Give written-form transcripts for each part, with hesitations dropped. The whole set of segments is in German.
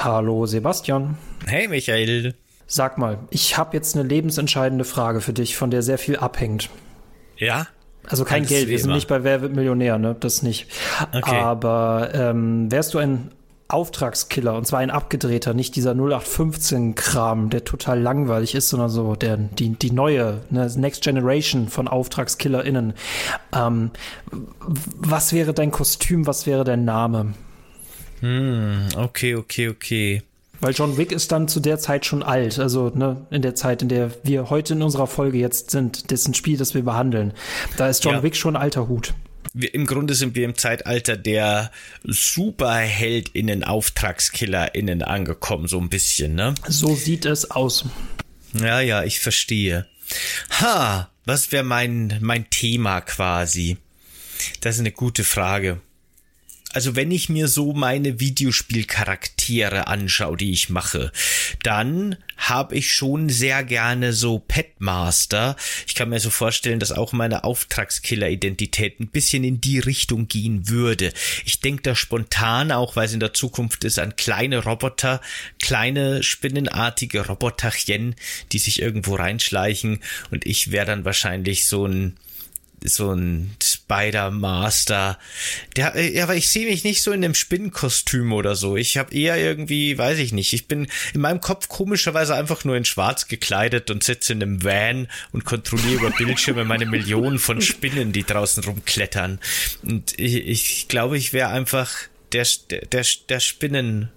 Hallo Sebastian. Hey Michael. Sag mal, ich habe jetzt eine lebensentscheidende Frage für dich, von der sehr viel abhängt. Ja? Also kein Geld, wir sind nicht bei Wer wird Millionär, ne? Das nicht. Okay. Aber wärst du ein Auftragskiller, und zwar ein abgedrehter, nicht dieser 0815-Kram, der total langweilig ist, sondern so die neue, ne, Next Generation von AuftragskillerInnen. Was wäre dein Kostüm, was wäre dein Name? Okay. Weil John Wick ist dann zu der Zeit schon alt, also ne, in der Zeit, in der wir heute in unserer Folge jetzt sind, das ist ein Spiel, das wir behandeln. Da ist John Wick schon alter Hut. Im Grunde sind wir im Zeitalter der SuperheldInnen, AuftragskillerInnen angekommen, so ein bisschen, ne? So sieht es aus. Ja, ich verstehe. Was wäre mein Thema quasi? Das ist eine gute Frage. Also wenn ich mir so meine Videospielcharaktere anschaue, die ich mache, dann habe ich schon sehr gerne so Petmaster. Ich kann mir so vorstellen, dass auch meine Auftragskiller-Identität ein bisschen in die Richtung gehen würde. Ich denke da spontan, auch weil es in der Zukunft ist, an kleine Roboter, kleine spinnenartige Roboterchen, die sich irgendwo reinschleichen, und ich wäre dann wahrscheinlich so ein Spider-Master. Aber ich sehe mich nicht so in einem Spinnenkostüm oder so. Ich habe eher irgendwie, weiß ich nicht, ich bin in meinem Kopf komischerweise einfach nur in schwarz gekleidet und sitze in einem Van und kontrolliere über Bildschirme meine Millionen von Spinnen, die draußen rumklettern. Und ich glaube, ich wäre einfach der Spinnenmann.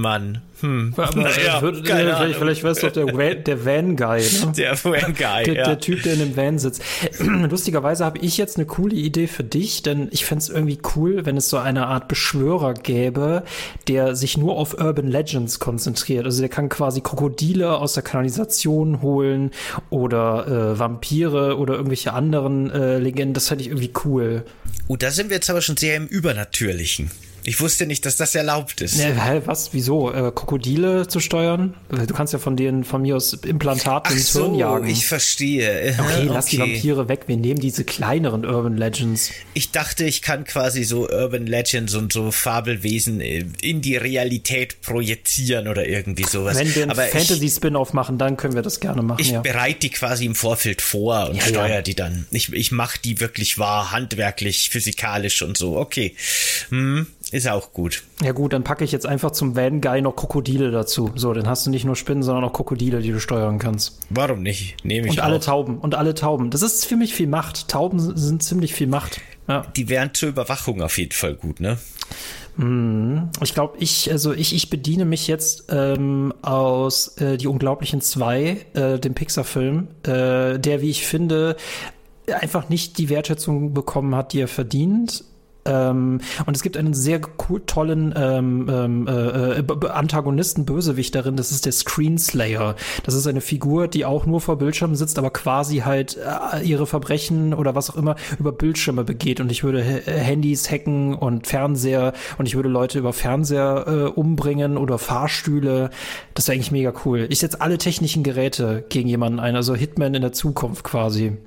Aber vielleicht wärst du doch der Van-Guy, ne? Der Van-Guy, der Typ, der in einem Van sitzt. Lustigerweise habe ich jetzt eine coole Idee für dich, denn ich fände es irgendwie cool, wenn es so eine Art Beschwörer gäbe, der sich nur auf Urban Legends konzentriert. Also der kann quasi Krokodile aus der Kanalisation holen oder Vampire oder irgendwelche anderen Legenden. Das fände ich irgendwie cool. Da sind wir jetzt aber schon sehr im Übernatürlichen. Ich wusste nicht, dass das erlaubt ist. Was? Wieso? Krokodile zu steuern? Du kannst ja von mir aus Implantaten ins Hirn jagen. Ich verstehe. Okay, lass die Vampire weg. Wir nehmen diese kleineren Urban Legends. Ich dachte, ich kann quasi so Urban Legends und so Fabelwesen in die Realität projizieren oder irgendwie sowas. Wenn wir einen Fantasy-Spin-Off machen, dann können wir das gerne machen. Ich bereite die quasi im Vorfeld vor und steuere die dann. Ich mache die wirklich wahr, handwerklich, physikalisch und so. Okay. Ist auch gut. Ja gut, dann packe ich jetzt einfach zum Van-Guy noch Krokodile dazu. So, dann hast du nicht nur Spinnen, sondern auch Krokodile, die du steuern kannst. Warum nicht? Nehme ich und alle Tauben. Und alle Tauben. Das ist für mich viel Macht. Tauben sind ziemlich viel Macht. Ja. Die wären zur Überwachung auf jeden Fall gut, ne? Ich glaube, ich bediene mich jetzt aus Die Unglaublichen 2, dem Pixar-Film, der, wie ich finde, einfach nicht die Wertschätzung bekommen hat, die er verdient. Und es gibt einen sehr tollen Antagonisten, Bösewicht darin, das ist der Screenslayer. Das ist eine Figur, die auch nur vor Bildschirmen sitzt, aber quasi halt ihre Verbrechen oder was auch immer über Bildschirme begeht. Und ich würde Handys hacken und Fernseher, und ich würde Leute über Fernseher umbringen oder Fahrstühle. Das wäre eigentlich mega cool. Ich setze alle technischen Geräte gegen jemanden ein, also Hitman in der Zukunft quasi.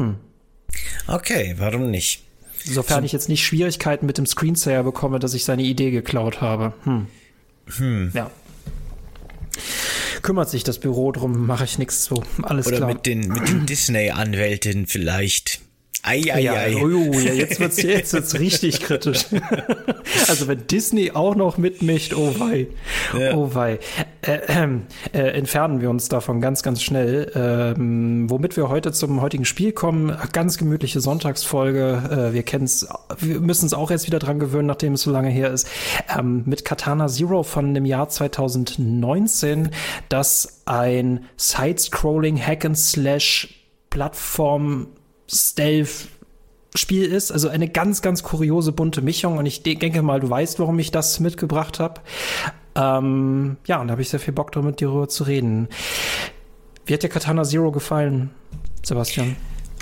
Okay, warum nicht? Sofern ich jetzt nicht Schwierigkeiten mit dem Screensaver bekomme, dass ich seine Idee geklaut habe. Ja. Kümmert sich das Büro drum, mache ich nichts zu. Alles oder klar. Oder mit den Disney-Anwältinnen vielleicht. Jetzt wird's richtig kritisch. Also wenn Disney auch noch mitmischt, oh wei. Ja. Oh wei. Entfernen wir uns davon ganz, ganz schnell. Womit wir heute zum heutigen Spiel kommen. Ganz gemütliche Sonntagsfolge. Wir müssen es auch erst wieder dran gewöhnen, nachdem es so lange her ist. Mit Katana Zero von dem Jahr 2019, das ein Side-Scrolling Hack-and-Slash-Plattform Stealth-Spiel ist, also eine ganz, ganz kuriose bunte Mischung, und ich denke mal, du weißt, warum ich das mitgebracht habe. Und da habe ich sehr viel Bock, mit dir darüber zu reden. Wie hat dir Katana Zero gefallen, Sebastian?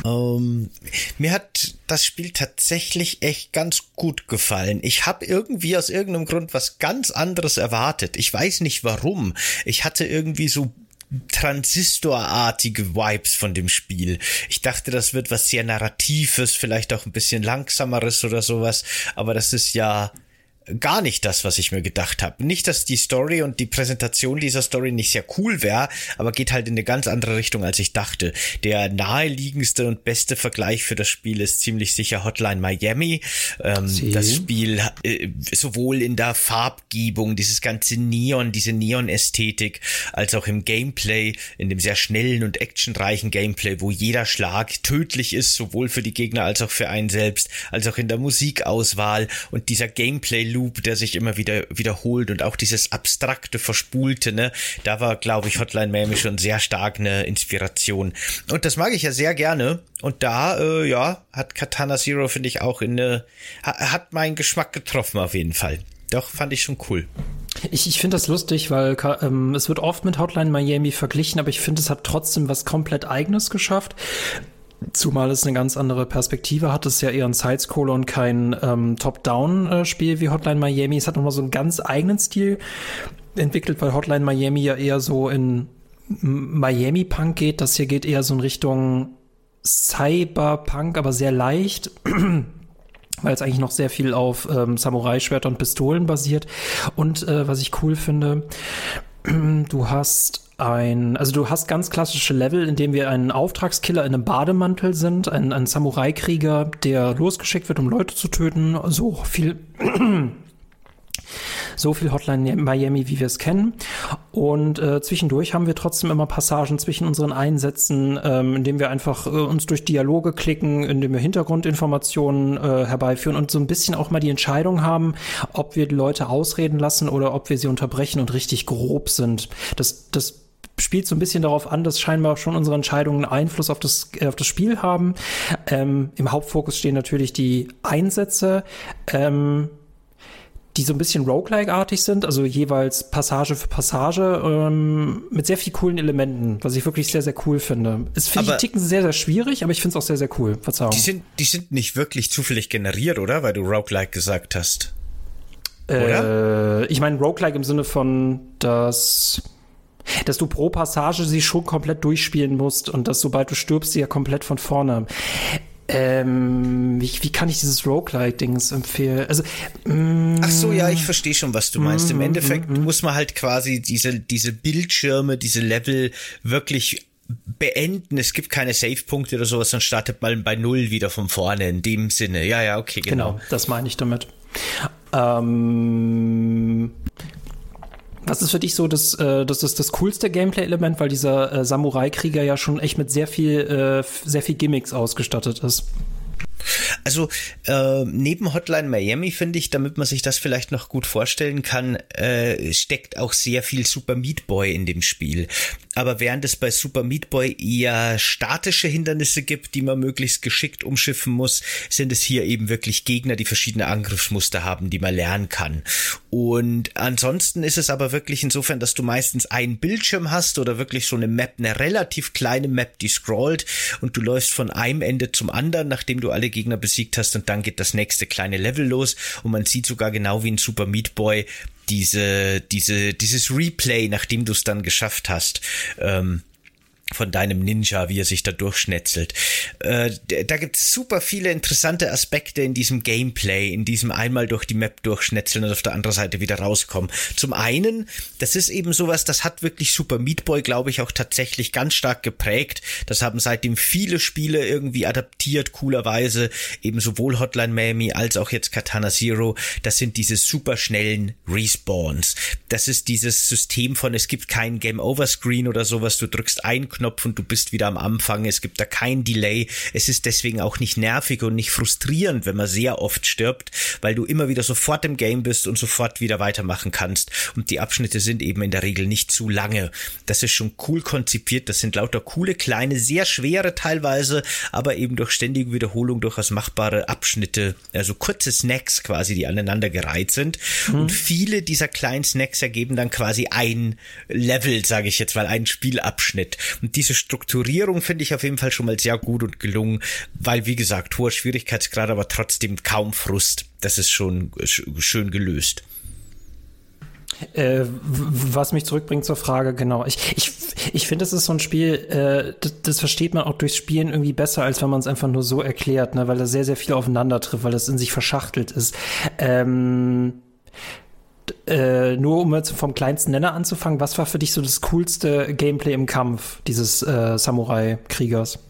Mir hat das Spiel tatsächlich echt ganz gut gefallen. Ich habe irgendwie aus irgendeinem Grund was ganz anderes erwartet. Ich weiß nicht warum. Ich hatte irgendwie so Transistorartige Vibes von dem Spiel. Ich dachte, das wird was sehr Narratives, vielleicht auch ein bisschen Langsameres oder sowas, aber das ist ja gar nicht das, was ich mir gedacht habe. Nicht, dass die Story und die Präsentation dieser Story nicht sehr cool wäre, aber geht halt in eine ganz andere Richtung, als ich dachte. Der naheliegendste und beste Vergleich für das Spiel ist ziemlich sicher Hotline Miami. Das Spiel sowohl in der Farbgebung, dieses ganze Neon, diese Neon-Ästhetik, als auch im Gameplay, in dem sehr schnellen und actionreichen Gameplay, wo jeder Schlag tödlich ist, sowohl für die Gegner als auch für einen selbst, als auch in der Musikauswahl und dieser Gameplay-Loop, der sich immer wieder wiederholt und auch dieses abstrakte, verspulte, ne, da war, glaube ich, Hotline Miami schon sehr stark eine Inspiration. Und das mag ich ja sehr gerne. Und da, hat Katana Zero, finde ich, auch hat meinen Geschmack getroffen auf jeden Fall. Doch, fand ich schon cool. Ich finde das lustig, weil es wird oft mit Hotline Miami verglichen, aber ich finde, es hat trotzdem was komplett Eigenes geschafft. Zumal es eine ganz andere Perspektive hat. Es ist ja eher ein Sidescroller und kein Top-Down-Spiel wie Hotline Miami. Es hat nochmal so einen ganz eigenen Stil entwickelt, weil Hotline Miami ja eher so in Miami-Punk geht. Das hier geht eher so in Richtung Cyberpunk, aber sehr leicht, weil es eigentlich noch sehr viel auf Samurai-Schwerter und Pistolen basiert. Und was ich cool finde, du hast ganz klassische Level, in dem wir einen Auftragskiller in einem Bademantel sind, ein Samurai-Krieger, der losgeschickt wird, um Leute zu töten. So viel Hotline Miami, wie wir es kennen. Und zwischendurch haben wir trotzdem immer Passagen zwischen unseren Einsätzen, indem wir einfach uns durch Dialoge klicken, indem wir Hintergrundinformationen herbeiführen und so ein bisschen auch mal die Entscheidung haben, ob wir die Leute ausreden lassen oder ob wir sie unterbrechen und richtig grob sind. Das spielt so ein bisschen darauf an, dass scheinbar schon unsere Entscheidungen Einfluss auf das Spiel haben. Im Hauptfokus stehen natürlich die Einsätze, die so ein bisschen Roguelike-artig sind, also jeweils Passage für Passage, mit sehr vielen coolen Elementen, was ich wirklich sehr, sehr cool finde. Es finde ich Ticken sehr, sehr schwierig, aber ich finde es auch sehr, sehr cool. Verzeihung. Die sind nicht wirklich zufällig generiert, oder? Weil du Roguelike gesagt hast. Oder? Ich meine Roguelike im Sinne von, dass du pro Passage sie schon komplett durchspielen musst und dass sobald du stirbst, sie ja komplett von vorne. Wie kann ich dieses Roguelike-Dings empfehlen? Also, ach so, ja, ich verstehe schon, was du meinst. Im Endeffekt muss man halt quasi diese Bildschirme, diese Level wirklich beenden. Es gibt keine Save-Punkte oder sowas, dann startet man bei Null wieder von vorne, in dem Sinne. Ja, okay, genau. Genau, das meine ich damit. Was ist für dich so das coolste Gameplay-Element, weil dieser Samurai-Krieger ja schon echt mit sehr viel Gimmicks ausgestattet ist? Also neben Hotline Miami finde ich, damit man sich das vielleicht noch gut vorstellen kann, steckt auch sehr viel Super Meat Boy in dem Spiel. Aber während es bei Super Meat Boy eher statische Hindernisse gibt, die man möglichst geschickt umschiffen muss, sind es hier eben wirklich Gegner, die verschiedene Angriffsmuster haben, die man lernen kann. Und ansonsten ist es aber wirklich insofern, dass du meistens einen Bildschirm hast oder wirklich so eine Map, eine relativ kleine Map, die scrollt und du läufst von einem Ende zum anderen, nachdem du alle Gegner besiegt hast und dann geht das nächste kleine Level los und man sieht sogar genau wie in Super Meat Boy dieses Replay, nachdem du es dann geschafft hast, von deinem Ninja, wie er sich da durchschnetzelt. Da gibt's super viele interessante Aspekte in diesem Gameplay, in diesem einmal durch die Map durchschnetzeln und auf der anderen Seite wieder rauskommen. Zum einen, das ist eben sowas, das hat wirklich Super Meat Boy, glaube ich, auch tatsächlich ganz stark geprägt. Das haben seitdem viele Spiele irgendwie adaptiert, coolerweise, eben sowohl Hotline Miami als auch jetzt Katana Zero. Das sind diese super schnellen Respawns. Das ist dieses System von, es gibt keinen Game-Over-Screen oder sowas, du drückst einen Knopf und du bist wieder am Anfang. Es gibt da kein Delay. Es ist deswegen auch nicht nervig und nicht frustrierend, wenn man sehr oft stirbt, weil du immer wieder sofort im Game bist und sofort wieder weitermachen kannst. Und die Abschnitte sind eben in der Regel nicht zu lange. Das ist schon cool konzipiert. Das sind lauter coole, kleine, sehr schwere teilweise, aber eben durch ständige Wiederholung durchaus machbare Abschnitte, also kurze Snacks quasi, die aneinandergereiht sind. Und viele dieser kleinen Snacks ergeben dann quasi ein Level, sage ich jetzt mal, einen Spielabschnitt. Und diese Strukturierung finde ich auf jeden Fall schon mal sehr gut und gelungen, weil, wie gesagt, hoher Schwierigkeitsgrad, aber trotzdem kaum Frust. Das ist schon schön gelöst. Was mich zurückbringt zur Frage, genau. Ich finde, es ist so ein Spiel, das versteht man auch durchs Spielen irgendwie besser, als wenn man es einfach nur so erklärt, ne, weil da sehr, sehr viel aufeinander trifft, weil das in sich verschachtelt ist. Nur um jetzt vom kleinsten Nenner anzufangen, was war für dich so das coolste Gameplay im Kampf dieses Samurai-Kriegers?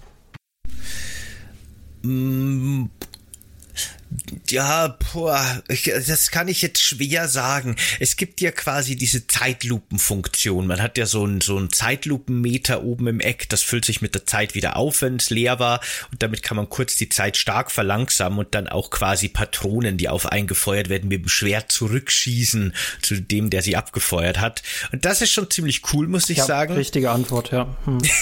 Ja, das kann ich jetzt schwer sagen. Es gibt ja quasi diese Zeitlupenfunktion. Man hat ja so ein Zeitlupenmeter oben im Eck, das füllt sich mit der Zeit wieder auf, wenn es leer war. Und damit kann man kurz die Zeit stark verlangsamen und dann auch quasi Patronen, die auf einen gefeuert werden, mit dem Schwert zurückschießen zu dem, der sie abgefeuert hat. Und das ist schon ziemlich cool, muss ich sagen. Richtige Antwort, ja.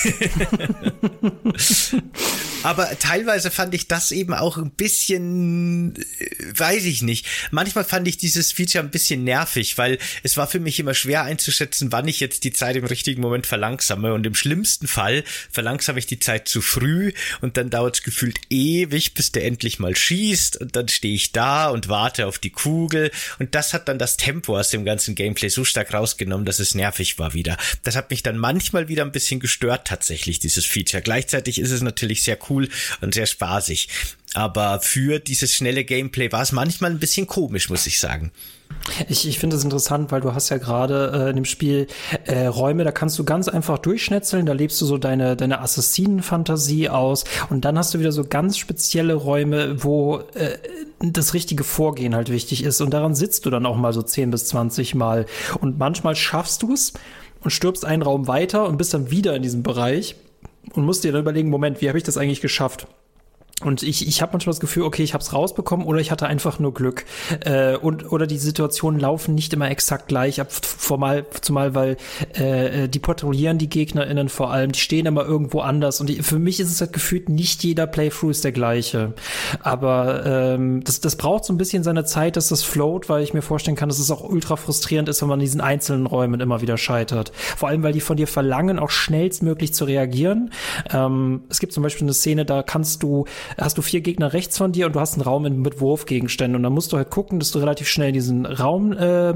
Aber teilweise fand ich das eben auch ein bisschen, weiß ich nicht. Manchmal fand ich dieses Feature ein bisschen nervig, weil es war für mich immer schwer einzuschätzen, wann ich jetzt die Zeit im richtigen Moment verlangsame. Und im schlimmsten Fall verlangsame ich die Zeit zu früh und dann dauert es gefühlt ewig, bis der endlich mal schießt. Und dann stehe ich da und warte auf die Kugel. Und das hat dann das Tempo aus dem ganzen Gameplay so stark rausgenommen, dass es nervig war wieder. Das hat mich dann manchmal wieder ein bisschen gestört tatsächlich, dieses Feature. Gleichzeitig ist es natürlich sehr cool und sehr spaßig. Aber für dieses schnelle Gameplay war es manchmal ein bisschen komisch, muss ich sagen. Ich finde es interessant, weil du hast ja gerade in dem Spiel Räume, da kannst du ganz einfach durchschnetzeln, da lebst du so deine Assassinen-Fantasie aus und dann hast du wieder so ganz spezielle Räume, wo das richtige Vorgehen halt wichtig ist und daran sitzt du dann auch mal so 10 bis 20 Mal und manchmal schaffst du es und stirbst einen Raum weiter und bist dann wieder in diesem Bereich und musst dir dann überlegen, Moment, wie habe ich das eigentlich geschafft? Und ich habe manchmal das Gefühl, okay, ich habe es rausbekommen oder ich hatte einfach nur Glück. Oder die Situationen laufen nicht immer exakt gleich ab, zumal weil die patrouillieren die GegnerInnen vor allem, die stehen immer irgendwo anders. Und für mich ist es halt gefühlt, nicht jeder Playthrough ist der gleiche. Aber das braucht so ein bisschen seine Zeit, dass das float, weil ich mir vorstellen kann, dass es auch ultra frustrierend ist, wenn man in diesen einzelnen Räumen immer wieder scheitert. Vor allem, weil die von dir verlangen, auch schnellstmöglich zu reagieren. Es gibt zum Beispiel eine Szene, da hast du 4 Gegner rechts von dir und du hast einen Raum mit Wurfgegenständen und dann musst du halt gucken, dass du relativ schnell in diesen Raum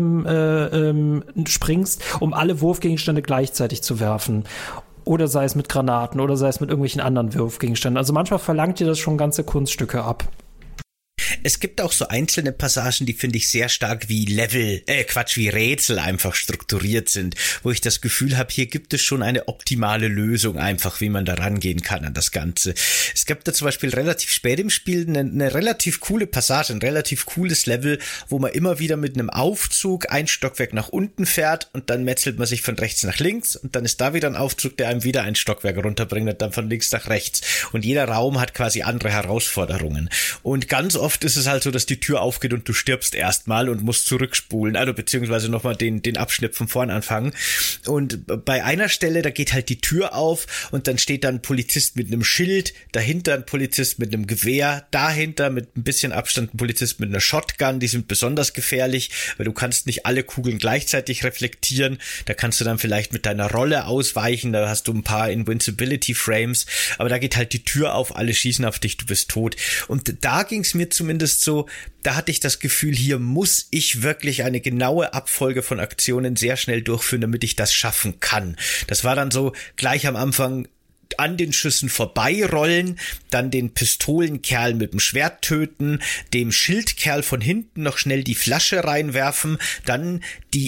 springst, um alle Wurfgegenstände gleichzeitig zu werfen. Oder sei es mit Granaten oder sei es mit irgendwelchen anderen Wurfgegenständen. Also manchmal verlangt dir das schon ganze Kunststücke ab. Es gibt auch so einzelne Passagen, die finde ich sehr stark wie wie Rätsel einfach strukturiert sind, wo ich das Gefühl habe, hier gibt es schon eine optimale Lösung einfach, wie man da rangehen kann an das Ganze. Es gibt da zum Beispiel relativ spät im Spiel eine relativ coole Passage, ein relativ cooles Level, wo man immer wieder mit einem Aufzug ein Stockwerk nach unten fährt und dann metzelt man sich von rechts nach links und dann ist da wieder ein Aufzug, der einem wieder ein Stockwerk runterbringt und dann von links nach rechts. Und jeder Raum hat quasi andere Herausforderungen. Und ganz oft ist es halt so, dass die Tür aufgeht und du stirbst erstmal und musst zurückspulen, also beziehungsweise nochmal den Abschnitt von vorn anfangen. Und bei einer Stelle, da geht halt die Tür auf und dann steht da ein Polizist mit einem Schild, dahinter ein Polizist mit einem Gewehr, dahinter mit ein bisschen Abstand ein Polizist mit einer Shotgun, die sind besonders gefährlich, weil du kannst nicht alle Kugeln gleichzeitig reflektieren, da kannst du dann vielleicht mit deiner Rolle ausweichen, da hast du ein paar Invincibility-Frames, aber da geht halt die Tür auf, alle schießen auf dich, du bist tot. Und da ging es mir zumindest so, da hatte ich das Gefühl, hier muss ich wirklich eine genaue Abfolge von Aktionen sehr schnell durchführen, damit ich das schaffen kann. Das war dann so gleich am Anfang an den Schüssen vorbeirollen, dann den Pistolenkerl mit dem Schwert töten, dem Schildkerl von hinten noch schnell die Flasche reinwerfen, dann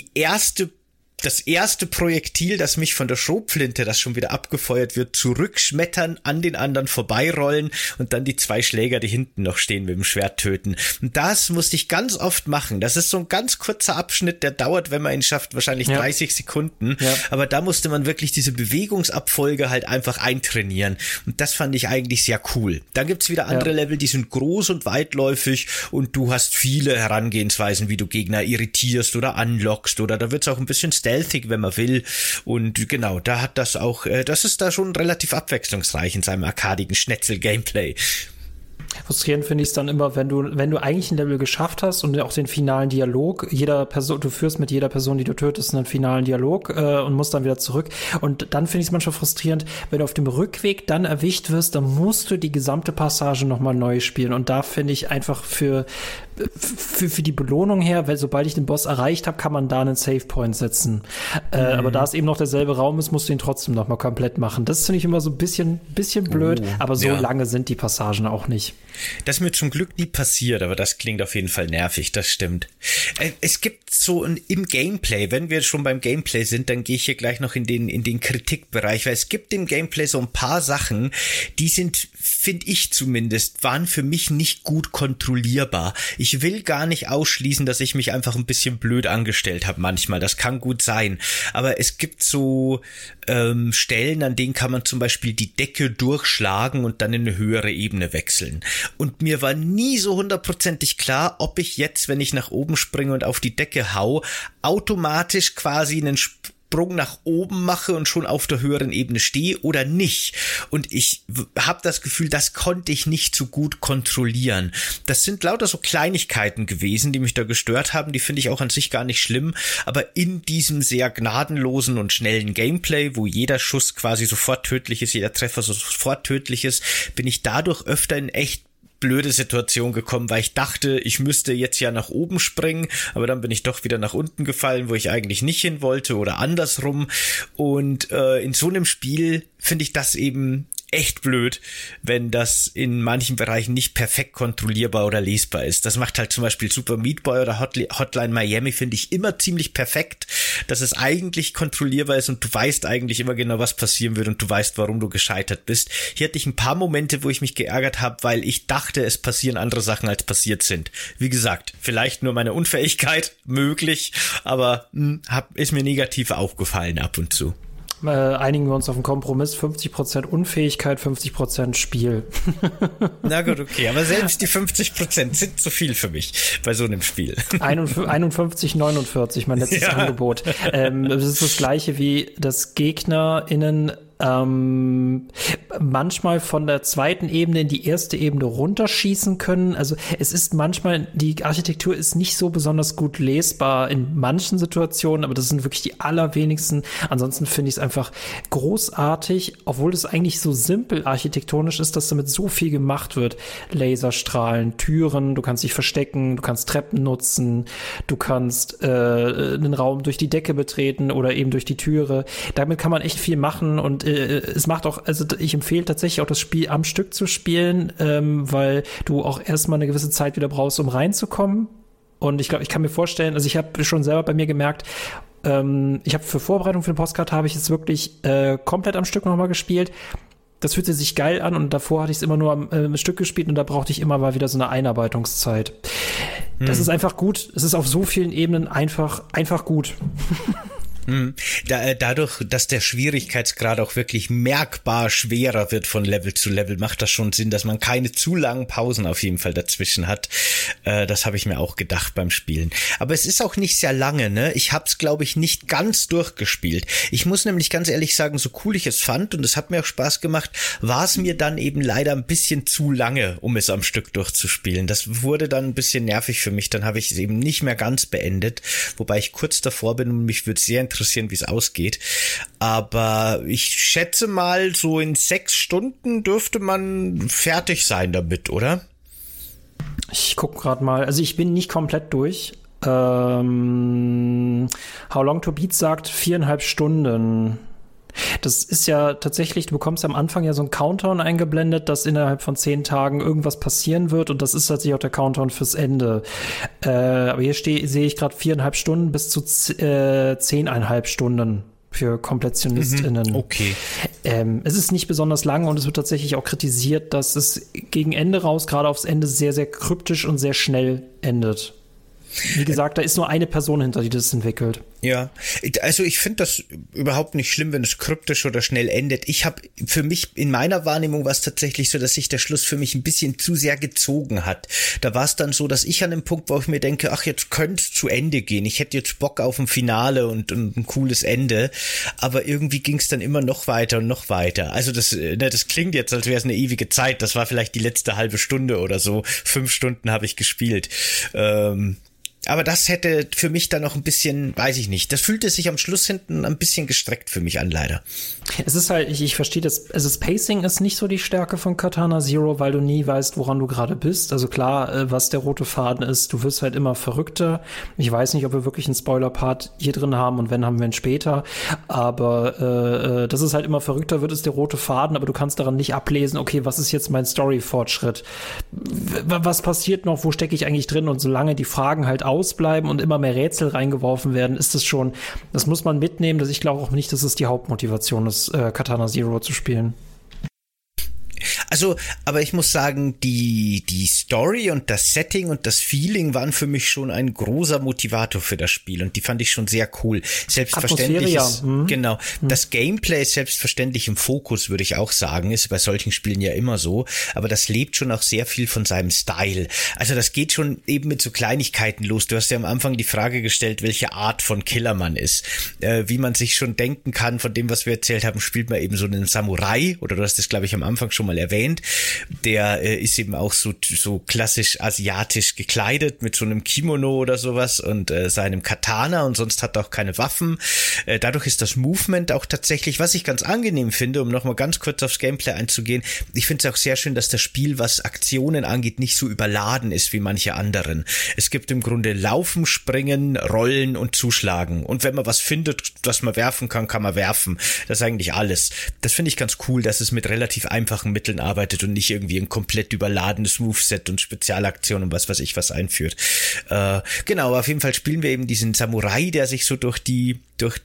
das erste Projektil, das mich von der Schrotflinte, das schon wieder abgefeuert wird, zurückschmettern, an den anderen vorbeirollen und dann die 2 Schläger, die hinten noch stehen, mit dem Schwert töten. Und das musste ich ganz oft machen. Das ist so ein ganz kurzer Abschnitt, der dauert, wenn man ihn schafft, wahrscheinlich 30 Sekunden. Ja. Aber da musste man wirklich diese Bewegungsabfolge halt einfach eintrainieren. Und das fand ich eigentlich sehr cool. Dann gibt's wieder andere Level, die sind groß und weitläufig und du hast viele Herangehensweisen, wie du Gegner irritierst oder anlockst oder da wird's auch ein bisschen stealthig, wenn man will. Und genau, da hat das auch, das ist da schon relativ abwechslungsreich in seinem arkadigen Schnetzel-Gameplay. Frustrierend finde ich es dann immer, wenn du eigentlich ein Level geschafft hast und auch den finalen Dialog, du führst mit jeder Person, die du tötest, einen finalen Dialog und musst dann wieder zurück. Und dann finde ich es manchmal frustrierend, wenn du auf dem Rückweg dann erwischt wirst, dann musst du die gesamte Passage nochmal neu spielen. Und da finde ich einfach für die Belohnung her, weil sobald ich den Boss erreicht habe, kann man da einen Savepoint setzen. Aber da es eben noch derselbe Raum ist, musst du ihn trotzdem noch mal komplett machen. Das finde ich immer so ein bisschen blöd, aber so lange sind die Passagen auch nicht. Das ist mir zum Glück nie passiert, aber das klingt auf jeden Fall nervig, das stimmt. Es gibt so im Gameplay, wenn wir schon beim Gameplay sind, dann gehe ich hier gleich noch in den Kritikbereich, weil es gibt im Gameplay so ein paar Sachen, die sind, finde ich zumindest, waren für mich nicht gut kontrollierbar. Ich will gar nicht ausschließen, dass ich mich einfach ein bisschen blöd angestellt habe manchmal, das kann gut sein, aber es gibt so Stellen, an denen kann man zum Beispiel die Decke durchschlagen und dann in eine höhere Ebene wechseln. Und mir war nie so hundertprozentig klar, ob ich jetzt, wenn ich nach oben springe und auf die Decke hau, automatisch quasi einen Sprung nach oben mache und schon auf der höheren Ebene stehe oder nicht. Und ich habe das Gefühl, das konnte ich nicht so gut kontrollieren. Das sind lauter so Kleinigkeiten gewesen, die mich da gestört haben. Die finde ich auch an sich gar nicht schlimm. Aber in diesem sehr gnadenlosen und schnellen Gameplay, wo jeder Schuss quasi sofort tödlich ist, jeder Treffer sofort tödlich ist, bin ich dadurch öfter in echt blöde Situation gekommen, weil ich dachte, ich müsste jetzt ja nach oben springen, aber dann bin ich doch wieder nach unten gefallen, wo ich eigentlich nicht hin wollte oder andersrum. Und in so einem Spiel finde ich das eben echt blöd, wenn das in manchen Bereichen nicht perfekt kontrollierbar oder lesbar ist. Das macht halt zum Beispiel Super Meat Boy oder Hotline Miami, finde ich, immer ziemlich perfekt, dass es eigentlich kontrollierbar ist und du weißt eigentlich immer genau, was passieren wird und du weißt, warum du gescheitert bist. Hier hatte ich ein paar Momente, wo ich mich geärgert habe, weil ich dachte, es passieren andere Sachen, als passiert sind. Wie gesagt, vielleicht nur meine Unfähigkeit, möglich, aber ist mir negativ aufgefallen ab und zu. Einigen wir uns auf einen Kompromiss, 50% Unfähigkeit, 50% Spiel. Na gut, okay, aber selbst die 50% sind zu viel für mich bei so einem Spiel. 51,49, mein letztes Angebot. Das ist das Gleiche wie das GegnerInnen manchmal von der zweiten Ebene in die erste Ebene runterschießen können. Also es ist manchmal, die Architektur ist nicht so besonders gut lesbar in manchen Situationen, aber das sind wirklich die allerwenigsten. Ansonsten finde ich es einfach großartig, obwohl es eigentlich so simpel architektonisch ist, dass damit so viel gemacht wird. Laserstrahlen, Türen, du kannst dich verstecken, du kannst Treppen nutzen, du kannst einen Raum durch die Decke betreten oder eben durch die Türe. Damit kann man echt viel machen und es macht auch, also ich empfehle tatsächlich auch das Spiel am Stück zu spielen, weil du auch erstmal eine gewisse Zeit wieder brauchst, um reinzukommen. Und ich glaube, ich kann mir vorstellen, also ich habe schon selber bei mir gemerkt, ich habe für Vorbereitung für den Postcard habe ich jetzt wirklich komplett am Stück nochmal gespielt. Das fühlte sich geil an und davor hatte ich es immer nur am Stück gespielt und da brauchte ich immer mal wieder so eine Einarbeitungszeit. Das ist einfach gut. Es ist auf so vielen Ebenen einfach gut. Dadurch, dass der Schwierigkeitsgrad auch wirklich merkbar schwerer wird von Level zu Level, macht das schon Sinn, dass man keine zu langen Pausen auf jeden Fall dazwischen hat. Das habe ich mir auch gedacht beim Spielen. Aber es ist auch nicht sehr lange, ne? Ich habe es, glaube ich, nicht ganz durchgespielt. Ich muss nämlich ganz ehrlich sagen, so cool ich es fand und es hat mir auch Spaß gemacht, war es mir dann eben leider ein bisschen zu lange, um es am Stück durchzuspielen. Das wurde dann ein bisschen nervig für mich. Dann habe ich es eben nicht mehr ganz beendet, wobei ich kurz davor bin und mich würde sehr interessieren, wie es ausgeht. Aber ich schätze mal, so in 6 Stunden dürfte man fertig sein damit, oder? Ich gucke gerade mal. Also ich bin nicht komplett durch. How Long to Beat sagt 4,5 Stunden. Das ist ja tatsächlich, du bekommst am Anfang ja so einen Countdown eingeblendet, dass innerhalb von 10 Tagen irgendwas passieren wird und das ist tatsächlich auch der Countdown fürs Ende. Aber hier sehe ich gerade 4,5 Stunden bis zu 10,5 Stunden für KompletionistInnen. Okay. Es ist nicht besonders lang und es wird tatsächlich auch kritisiert, dass es gegen Ende raus, gerade aufs Ende, sehr, sehr kryptisch und sehr schnell endet. Wie gesagt, da ist nur eine Person hinter, die das entwickelt. Ja, also ich finde das überhaupt nicht schlimm, wenn es kryptisch oder schnell endet. Ich habe für mich, in meiner Wahrnehmung war es tatsächlich so, dass sich der Schluss für mich ein bisschen zu sehr gezogen hat. Da war es dann so, dass ich an dem Punkt, wo ich mir denke, ach, jetzt könnte es zu Ende gehen. Ich hätte jetzt Bock auf ein Finale und ein cooles Ende. Aber irgendwie ging es dann immer noch weiter und noch weiter. Also das klingt jetzt, als wäre es eine ewige Zeit. Das war vielleicht die letzte halbe Stunde oder so. 5 Stunden habe ich gespielt. Aber das hätte für mich dann noch ein bisschen, weiß ich nicht, das fühlte sich am Schluss hinten ein bisschen gestreckt für mich an, leider. Es ist halt, ich verstehe das, also das Pacing ist nicht so die Stärke von Katana Zero, weil du nie weißt, woran du gerade bist. Also klar, was der rote Faden ist, du wirst halt immer verrückter. Ich weiß nicht, ob wir wirklich einen Spoiler-Part hier drin haben und wenn, haben wir ihn später. Aber das ist halt immer verrückter wird, ist der rote Faden, aber du kannst daran nicht ablesen, okay, was ist jetzt mein Story-Fortschritt? Was passiert noch? Wo stecke ich eigentlich drin? Und solange die Fragen halt ausbleiben und immer mehr Rätsel reingeworfen werden, ist es schon, das muss man mitnehmen. Ich glaube auch nicht, dass es die Hauptmotivation ist, Katana Zero zu spielen. Also, aber ich muss sagen, die Story und das Setting und das Feeling waren für mich schon ein großer Motivator für das Spiel und die fand ich schon sehr cool. Selbstverständlich ist, genau, das Gameplay ist selbstverständlich im Fokus, würde ich auch sagen, ist bei solchen Spielen ja immer so, aber das lebt schon auch sehr viel von seinem Style. Also das geht schon eben mit so Kleinigkeiten los. Du hast ja am Anfang die Frage gestellt, welche Art von Killer man ist. Wie man sich schon denken kann, von dem, was wir erzählt haben, spielt man eben so einen Samurai, oder du hast das, glaube ich, am Anfang schon mal erwähnt. Der ist eben auch so klassisch asiatisch gekleidet mit so einem Kimono oder sowas und seinem Katana und sonst hat er auch keine Waffen. Dadurch ist das Movement auch tatsächlich, was ich ganz angenehm finde, um nochmal ganz kurz aufs Gameplay einzugehen. Ich finde es auch sehr schön, dass das Spiel, was Aktionen angeht, nicht so überladen ist wie manche anderen. Es gibt im Grunde Laufen, Springen, Rollen und Zuschlagen. Und wenn man was findet, was man werfen kann, kann man werfen. Das ist eigentlich alles. Das finde ich ganz cool, dass es mit relativ einfachen Mitteln arbeitet und nicht irgendwie ein komplett überladenes Moveset und Spezialaktionen und was weiß ich was einführt. Genau, auf jeden Fall spielen wir eben diesen Samurai, der sich so durch die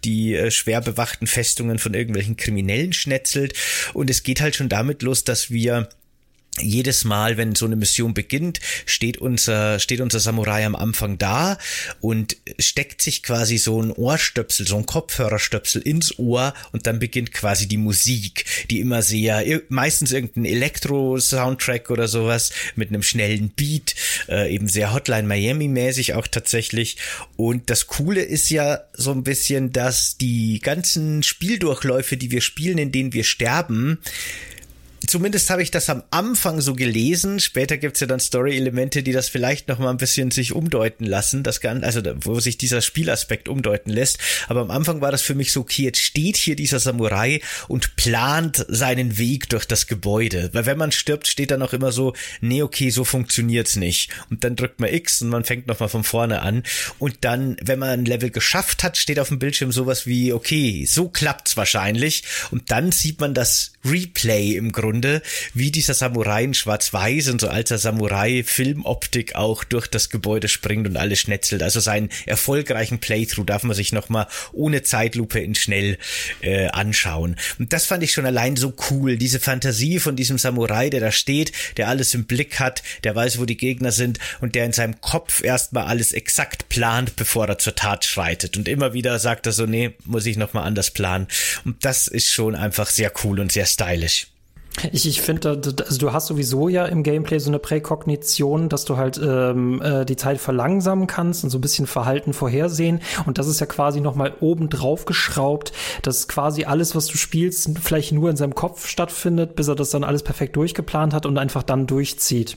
schwer bewachten Festungen von irgendwelchen Kriminellen schnetzelt und es geht halt schon damit los, dass wir jedes Mal, wenn so eine Mission beginnt, steht unser Samurai am Anfang da und steckt sich quasi so ein Ohrstöpsel, so ein Kopfhörerstöpsel ins Ohr und dann beginnt quasi die Musik, die immer meistens irgendein Elektro-Soundtrack oder sowas mit einem schnellen Beat, eben sehr Hotline Miami-mäßig auch tatsächlich. Und das Coole ist ja so ein bisschen, dass die ganzen Spieldurchläufe, die wir spielen, in denen wir sterben, zumindest habe ich das am Anfang so gelesen. Später gibt's ja dann Story-Elemente, die das vielleicht noch mal ein bisschen sich umdeuten lassen, also wo sich dieser Spielaspekt umdeuten lässt. Aber am Anfang war das für mich so, okay, jetzt steht hier dieser Samurai und plant seinen Weg durch das Gebäude. Weil wenn man stirbt, steht dann auch immer so, nee, okay, so funktioniert's nicht. Und dann drückt man X und man fängt noch mal von vorne an. Und dann, wenn man ein Level geschafft hat, steht auf dem Bildschirm sowas wie, okay, so klappt's wahrscheinlich. Und dann sieht man das Replay im Grunde, wie dieser Samurai in Schwarz-Weiß und so alter Samurai-Filmoptik auch durch das Gebäude springt und alles schnetzelt. Also seinen erfolgreichen Playthrough darf man sich nochmal ohne Zeitlupe in schnell anschauen. Und das fand ich schon allein so cool. Diese Fantasie von diesem Samurai, der da steht, der alles im Blick hat, der weiß, wo die Gegner sind und der in seinem Kopf erstmal alles exakt plant, bevor er zur Tat schreitet. Und immer wieder sagt er so, nee, muss ich nochmal anders planen. Und das ist schon einfach sehr cool und sehr stylisch. Ich finde, also du hast sowieso ja im Gameplay so eine Präkognition, dass du halt die Zeit verlangsamen kannst und so ein bisschen Verhalten vorhersehen. Und das ist ja quasi nochmal oben drauf geschraubt, dass quasi alles, was du spielst, vielleicht nur in seinem Kopf stattfindet, bis er das dann alles perfekt durchgeplant hat und einfach dann durchzieht.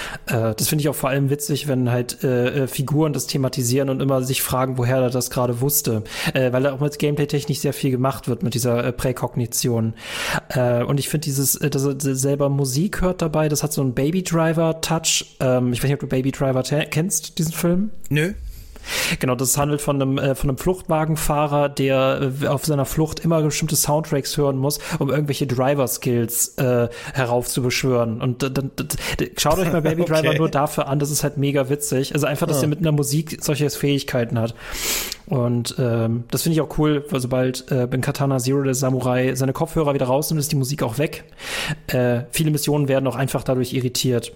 Das finde ich auch vor allem witzig, wenn halt Figuren das thematisieren und immer sich fragen, woher er das gerade wusste. Weil da auch mit Gameplay-technisch sehr viel gemacht wird mit dieser Präkognition. Und ich finde dass er selber Musik hört dabei, das hat so einen Baby Driver-Touch. Ich weiß nicht, ob du Baby Driver kennst, diesen Film? Nö. Genau, das handelt von einem Fluchtwagenfahrer, der auf seiner Flucht immer bestimmte Soundtracks hören muss, um irgendwelche Driver-Skills heraufzubeschwören. Und dann schaut euch mal Baby Driver nur dafür an, das ist halt mega witzig. Also einfach, dass er mit einer Musik solche Fähigkeiten hat. Und das finde ich auch cool, weil sobald in Katana Zero der Samurai seine Kopfhörer wieder rausnimmt, ist die Musik auch weg. Viele Missionen werden auch einfach dadurch irritiert.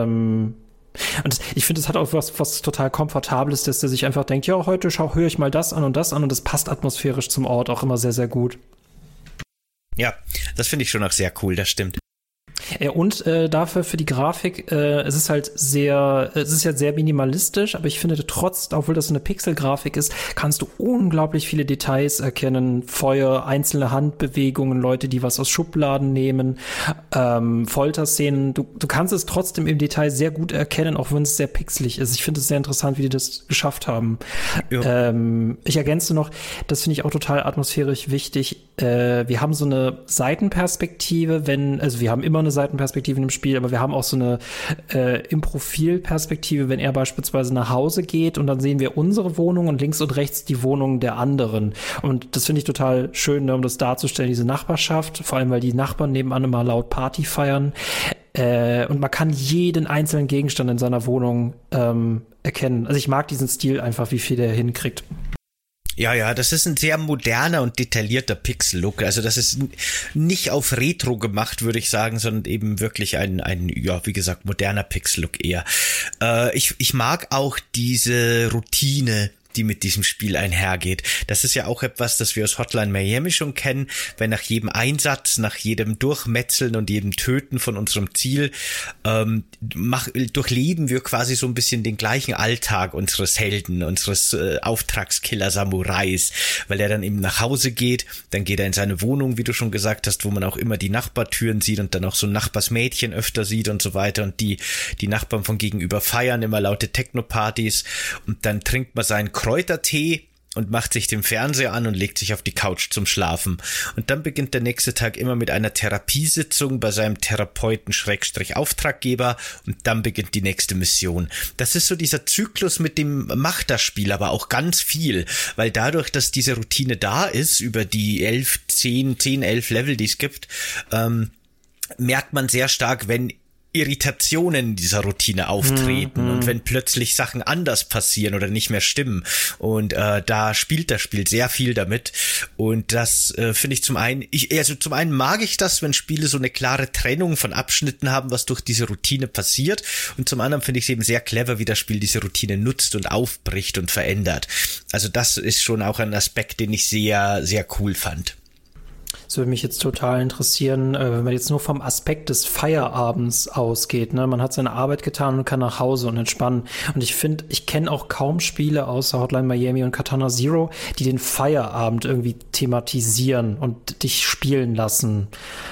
Und ich finde, es hat auch was total Komfortables, dass der sich einfach denkt, ja, heute höre ich mal das an und das passt atmosphärisch zum Ort auch immer sehr, sehr gut. Ja, das finde ich schon auch sehr cool, das stimmt. Und dafür für die Grafik, es ist ja sehr minimalistisch, aber ich finde trotz, obwohl das so eine Pixelgrafik ist, kannst du unglaublich viele Details erkennen. Feuer, einzelne Handbewegungen, Leute, die was aus Schubladen nehmen, Folterszenen. Du kannst es trotzdem im Detail sehr gut erkennen, auch wenn es sehr pixelig ist. Ich finde es sehr interessant, wie die das geschafft haben. Ja. Ich ergänze noch, das finde ich auch total atmosphärisch wichtig. Wir haben so eine Seitenperspektive, wir haben immer eine Seitenperspektive in dem Spiel, aber wir haben auch so eine Im-Profil-Perspektive, wenn er beispielsweise nach Hause geht und dann sehen wir unsere Wohnung und links und rechts die Wohnung der anderen. Und das finde ich total schön, ne, um das darzustellen, diese Nachbarschaft, vor allem, weil die Nachbarn nebenan immer laut Party feiern. Und man kann jeden einzelnen Gegenstand in seiner Wohnung erkennen. Also ich mag diesen Stil einfach, wie viel der hinkriegt. Ja, das ist ein sehr moderner und detaillierter Pixel-Look. Also das ist nicht auf Retro gemacht, würde ich sagen, sondern eben wirklich ein wie gesagt, moderner Pixel-Look eher. Ich mag auch diese Routine, die mit diesem Spiel einhergeht. Das ist ja auch etwas, das wir aus Hotline Miami schon kennen, wenn nach jedem Einsatz, nach jedem Durchmetzeln und jedem Töten von unserem Ziel durchleben wir quasi so ein bisschen den gleichen Alltag unseres Helden, unseres Auftragskiller-Samurais, weil er dann eben nach Hause geht, dann geht er in seine Wohnung, wie du schon gesagt hast, wo man auch immer die Nachbartüren sieht und dann auch so ein Nachbarsmädchen öfter sieht und so weiter und die Nachbarn von gegenüber feiern immer laute Techno-Partys und dann trinkt man seinen Kräutertee und macht sich den Fernseher an und legt sich auf die Couch zum Schlafen. Und dann beginnt der nächste Tag immer mit einer Therapiesitzung bei seinem Therapeuten-Auftraggeber und dann beginnt die nächste Mission. Das ist so dieser Zyklus, mit dem macht das Spiel aber auch ganz viel, weil dadurch, dass diese Routine da ist, über die 11 Level, die es gibt, merkt man sehr stark, wenn Irritationen dieser Routine auftreten und wenn plötzlich Sachen anders passieren oder nicht mehr stimmen und da spielt das Spiel sehr viel damit und das finde ich zum einen mag ich das, wenn Spiele so eine klare Trennung von Abschnitten haben, was durch diese Routine passiert und zum anderen finde ich es eben sehr clever, wie das Spiel diese Routine nutzt und aufbricht und verändert. Also das ist schon auch ein Aspekt, den ich sehr, sehr cool fand. Das würde mich jetzt total interessieren, wenn man jetzt nur vom Aspekt des Feierabends ausgeht. Ne? Man hat seine Arbeit getan und kann nach Hause und entspannen. Und ich finde, ich kenne auch kaum Spiele außer Hotline Miami und Katana Zero, die den Feierabend irgendwie thematisieren und dich spielen lassen.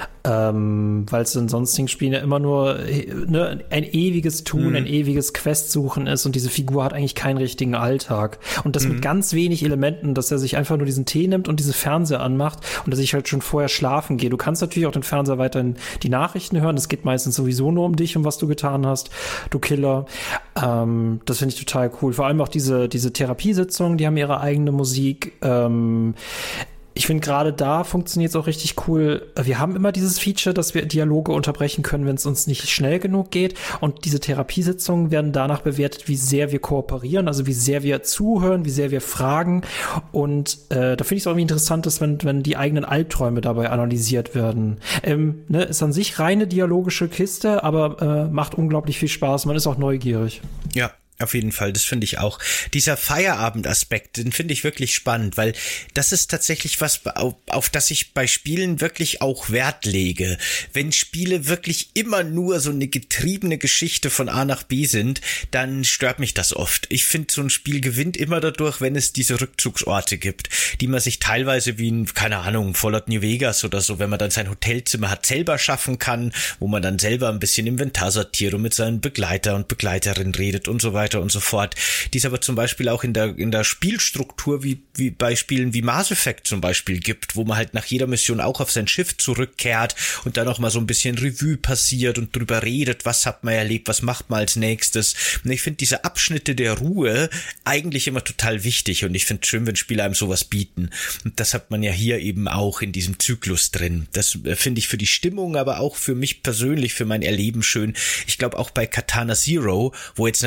Weil es in sonstigen Spielen ja immer nur ein ewiges Tun, ein ewiges Questsuchen ist und diese Figur hat eigentlich keinen richtigen Alltag. Und das mit ganz wenig Elementen, dass er sich einfach nur diesen Tee nimmt und diese Fernseher anmacht und dass ich halt schon vorher schlafen gehe. Du kannst natürlich auch den Fernseher weiterhin die Nachrichten hören. Es geht meistens sowieso nur um dich und was du getan hast, du Killer. Das finde ich total cool. Vor allem auch diese Therapiesitzungen, die haben ihre eigene Musik. Ich finde, gerade da funktioniert es auch richtig cool. Wir haben immer dieses Feature, dass wir Dialoge unterbrechen können, wenn es uns nicht schnell genug geht. Und diese Therapiesitzungen werden danach bewertet, wie sehr wir kooperieren, also wie sehr wir zuhören, wie sehr wir fragen. Und da finde ich es auch irgendwie interessant, dass wenn die eigenen Albträume dabei analysiert werden. Ist an sich reine dialogische Kiste, aber macht unglaublich viel Spaß. Man ist auch neugierig. Ja. Auf jeden Fall, das finde ich auch. Dieser Feierabendaspekt, den finde ich wirklich spannend, weil das ist tatsächlich was, auf das ich bei Spielen wirklich auch Wert lege. Wenn Spiele wirklich immer nur so eine getriebene Geschichte von A nach B sind, dann stört mich das oft. Ich finde, so ein Spiel gewinnt immer dadurch, wenn es diese Rückzugsorte gibt, die man sich teilweise wie in, keine Ahnung, Fallout New Vegas oder so, wenn man dann sein Hotelzimmer hat, selber schaffen kann, wo man dann selber ein bisschen Inventar sortiert und mit seinen Begleiter und Begleiterinnen redet und so weiter und so fort. Die es aber zum Beispiel auch in der Spielstruktur wie bei Spielen wie Mass Effect zum Beispiel gibt, wo man halt nach jeder Mission auch auf sein Schiff zurückkehrt und dann auch mal so ein bisschen Revue passiert und drüber redet, was hat man erlebt, was macht man als nächstes. Und ich finde diese Abschnitte der Ruhe eigentlich immer total wichtig und ich finde es schön, wenn Spiele einem sowas bieten. Und das hat man ja hier eben auch in diesem Zyklus drin. Das finde ich für die Stimmung, aber auch für mich persönlich, für mein Erleben schön. Ich glaube auch bei Katana Zero, wo jetzt natürlich dieser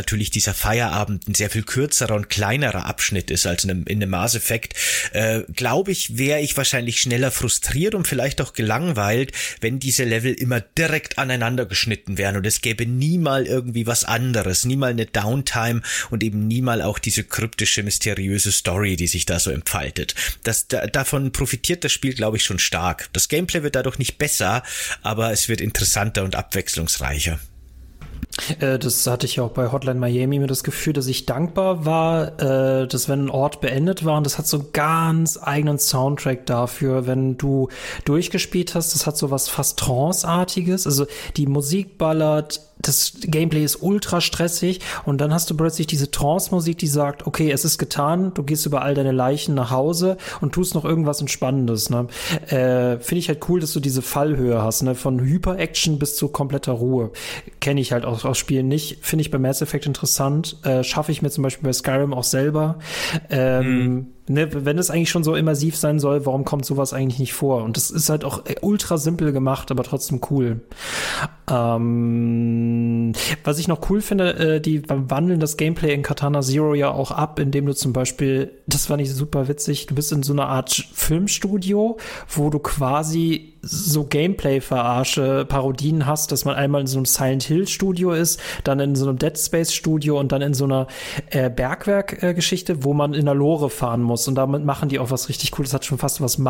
dieser Feierabend ein sehr viel kürzerer und kleinerer Abschnitt ist als in einem Mass Effect, glaube ich, wäre ich wahrscheinlich schneller frustriert und vielleicht auch gelangweilt, wenn diese Level immer direkt aneinander geschnitten wären und es gäbe nie mal irgendwie was anderes, nie mal eine Downtime und eben nie mal auch diese kryptische, mysteriöse Story, die sich da so entfaltet. Davon profitiert das Spiel, glaube ich, schon stark. Das Gameplay wird dadurch nicht besser, aber es wird interessanter und abwechslungsreicher. Das hatte ich auch bei Hotline Miami mir das Gefühl, dass ich dankbar war, dass wenn ein Ort beendet war, und das hat so einen ganz eigenen Soundtrack dafür, wenn du durchgespielt hast, das hat so was fast Trance-artiges, also die Musik ballert, das Gameplay ist ultra stressig und dann hast du plötzlich diese Trance-Musik, die sagt, okay, es ist getan, du gehst über all deine Leichen nach Hause und tust noch irgendwas Entspannendes, ne? Finde ich halt cool, dass du diese Fallhöhe hast, ne? Von Hyper-Action bis zu kompletter Ruhe. Kenne ich halt aus Spielen nicht. Finde ich bei Mass Effect interessant. Schaffe ich mir zum Beispiel bei Skyrim auch selber. Ne, wenn es eigentlich schon so immersiv sein soll, warum kommt sowas eigentlich nicht vor? Und das ist halt auch ultra simpel gemacht, aber trotzdem cool. Was ich noch cool finde, die wandeln das Gameplay in Katana Zero ja auch ab, indem du zum Beispiel, das fand ich super witzig, du bist in so einer Art Filmstudio, wo du quasi so Gameplay-Verarsche, Parodien hast, dass man einmal in so einem Silent Hill-Studio ist, dann in so einem Dead Space-Studio und dann in so einer Bergwerk-Geschichte, wo man in der Lore fahren muss. Und damit machen die auch was richtig Cooles. Das hat schon fast was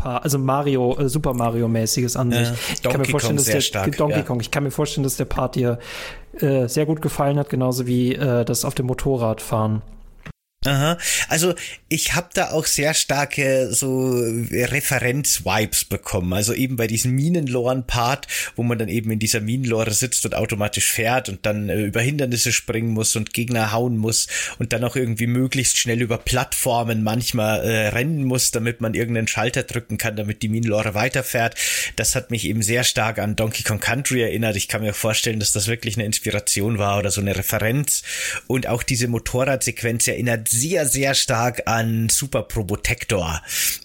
Super Mario-mäßiges an sich. Ich kann mir vorstellen, dass Donkey Kong. Ich kann mir vorstellen, dass der Part dir sehr gut gefallen hat, genauso wie das auf dem Motorrad fahren. Aha, also ich habe da auch sehr starke so Referenz-Vibes bekommen, also eben bei diesem Minenloren-Part, wo man dann eben in dieser Minenlore sitzt und automatisch fährt und dann über Hindernisse springen muss und Gegner hauen muss und dann auch irgendwie möglichst schnell über Plattformen manchmal rennen muss, damit man irgendeinen Schalter drücken kann, damit die Minenlore weiterfährt. Das hat mich eben sehr stark an Donkey Kong Country erinnert. Ich kann mir vorstellen, dass das wirklich eine Inspiration war oder so eine Referenz, und auch diese Motorradsequenz erinnert sehr, sehr stark an Super Probotector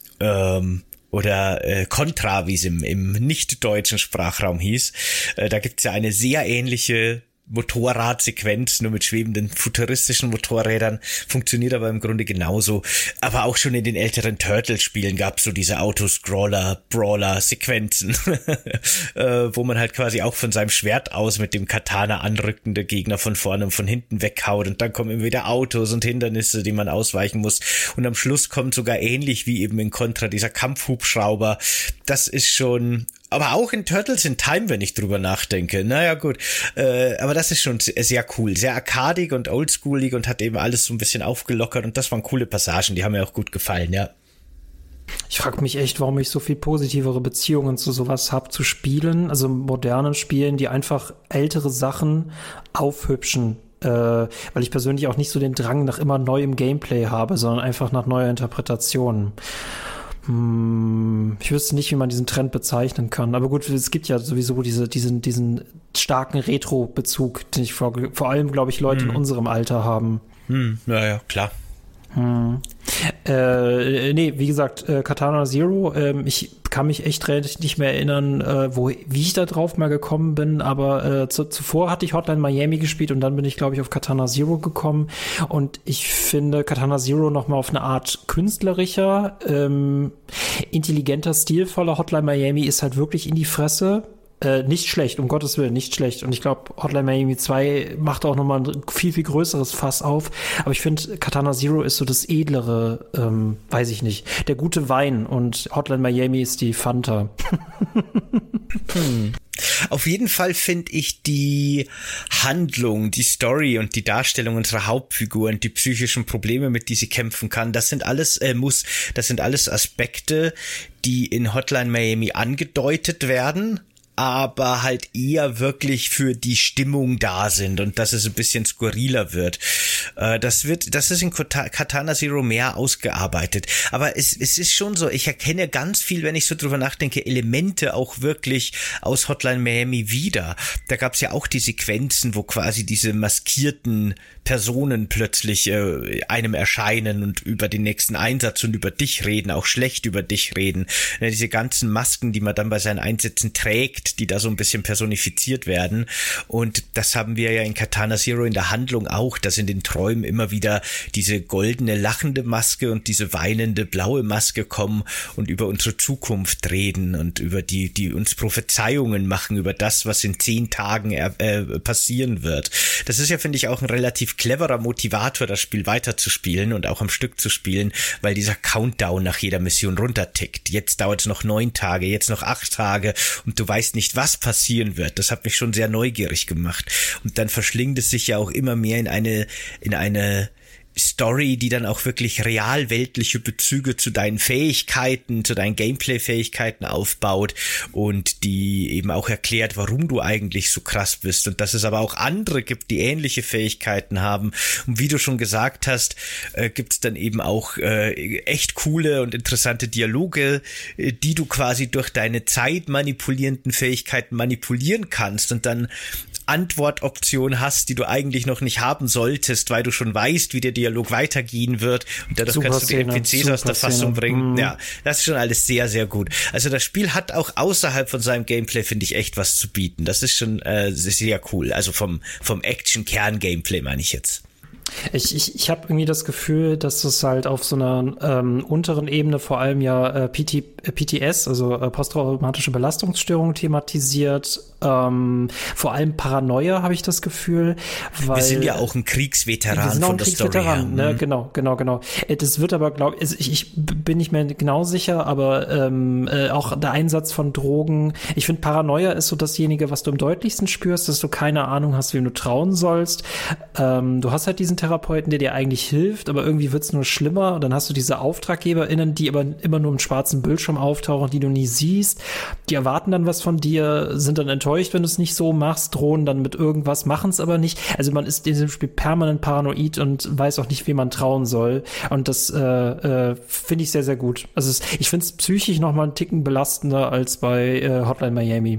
oder Contra, wie es im nicht-deutschen Sprachraum hieß. Da gibt's ja eine sehr ähnliche Motorradsequenz, nur mit schwebenden futuristischen Motorrädern, funktioniert aber im Grunde genauso. Aber auch schon in den älteren Turtles-Spielen gab es so diese Autoscroller-Brawler-Sequenzen, wo man halt quasi auch von seinem Schwert aus mit dem Katana anrückende Gegner von vorne und von hinten weghaut, und dann kommen immer wieder Autos und Hindernisse, die man ausweichen muss, und am Schluss kommt sogar ähnlich wie eben in Contra dieser Kampfhubschrauber. Das ist schon, aber auch in Turtles in Time, wenn ich drüber nachdenke. Naja, gut. Aber das ist schon sehr cool. Sehr arkadig und oldschoolig und hat eben alles so ein bisschen aufgelockert. Und das waren coole Passagen. Die haben mir auch gut gefallen, ja. Ich frage mich echt, warum ich so viel positivere Beziehungen zu sowas habe, zu Spielen, also modernen Spielen, die einfach ältere Sachen aufhübschen. Weil ich persönlich auch nicht so den Drang nach immer neuem Gameplay habe, sondern einfach nach neuer Interpretation. Ich wüsste nicht, wie man diesen Trend bezeichnen kann. Aber gut, es gibt ja sowieso diesen starken Retro-Bezug, den ich vor allem, glaube ich, Leute in unserem Alter haben. Ja, klar. Nee, wie gesagt, Katana Zero, ich kann mich echt relativ nicht mehr erinnern, wie ich da drauf mal gekommen bin, aber zuvor hatte ich Hotline Miami gespielt und dann bin ich, glaube ich, auf Katana Zero gekommen, und ich finde Katana Zero nochmal auf eine Art künstlerischer, intelligenter, stilvoller. Hotline Miami ist halt wirklich in die Fresse. Nicht schlecht, um Gottes Willen, nicht schlecht. Und ich glaube, Hotline Miami 2 macht auch nochmal ein viel, viel größeres Fass auf. Aber ich finde, Katana Zero ist so das edlere, weiß ich nicht, der gute Wein, und Hotline Miami ist die Fanta. Auf jeden Fall finde ich die Handlung, die Story und die Darstellung unserer Hauptfiguren, die psychischen Probleme, mit die sie kämpfen kann, das sind alles Aspekte, die in Hotline Miami angedeutet werden, aber halt eher wirklich für die Stimmung da sind und dass es ein bisschen skurriler wird. Das ist in Katana Zero mehr ausgearbeitet. Aber es ist schon so, ich erkenne ganz viel, wenn ich so drüber nachdenke, Elemente auch wirklich aus Hotline Miami wieder. Da gab's ja auch die Sequenzen, wo quasi diese maskierten Personen plötzlich einem erscheinen und über den nächsten Einsatz und über dich reden, auch schlecht über dich reden. Diese ganzen Masken, die man dann bei seinen Einsätzen trägt, steckt, die da so ein bisschen personifiziert werden. Und das haben wir ja in Katana Zero in der Handlung auch, dass in den Träumen immer wieder diese goldene lachende Maske und diese weinende blaue Maske kommen und über unsere Zukunft reden und über die uns Prophezeiungen machen über das, was in 10 Tagen passieren wird. Das ist ja, finde ich, auch ein relativ cleverer Motivator, das Spiel weiterzuspielen und auch am Stück zu spielen, weil dieser Countdown nach jeder Mission runtertickt. Jetzt dauert es noch 9 Tage, jetzt noch 8 Tage und du weißt nicht, was passieren wird. Das hat mich schon sehr neugierig gemacht. Und dann verschlingt es sich ja auch immer mehr in eine Story, die dann auch wirklich realweltliche Bezüge zu deinen Fähigkeiten, zu deinen Gameplay-Fähigkeiten aufbaut und die eben auch erklärt, warum du eigentlich so krass bist und dass es aber auch andere gibt, die ähnliche Fähigkeiten haben. Und wie du schon gesagt hast, gibt's dann eben auch echt coole und interessante Dialoge, die du quasi durch deine zeitmanipulierenden Fähigkeiten manipulieren kannst und dann Antwortoption hast, die du eigentlich noch nicht haben solltest, weil du schon weißt, wie der Dialog weitergehen wird und dadurch kannst du die NPCs aus der Fassung bringen. Ja, das ist schon alles sehr, sehr gut. Also das Spiel hat auch außerhalb von seinem Gameplay, finde ich, echt was zu bieten. Das ist schon sehr cool. Also vom Action-Kern-Gameplay meine ich jetzt. Ich habe irgendwie das Gefühl, dass es halt auf so einer unteren Ebene vor allem ja PTS, also posttraumatische Belastungsstörung thematisiert. Vor allem Paranoia habe ich das Gefühl. Weil wir sind ja auch ein Kriegsveteran von der Story her. Ne? Genau. Das wird aber, glaube ich bin nicht mehr genau sicher, aber auch der Einsatz von Drogen. Ich finde, Paranoia ist so dasjenige, was du am deutlichsten spürst, dass du keine Ahnung hast, wem du trauen sollst. Du hast halt diesen Therapeuten, der dir eigentlich hilft, aber irgendwie wird's nur schlimmer. Und dann hast du diese AuftraggeberInnen, die aber immer nur im schwarzen Bildschirm auftauchen, die du nie siehst. Die erwarten dann was von dir, sind dann enttäuscht, wenn du es nicht so machst, drohen dann mit irgendwas, machen es aber nicht. Also man ist in diesem Spiel permanent paranoid und weiß auch nicht, wem man trauen soll. Und das finde ich sehr, sehr gut. Also ich finde es psychisch noch mal einen Ticken belastender als bei Hotline Miami.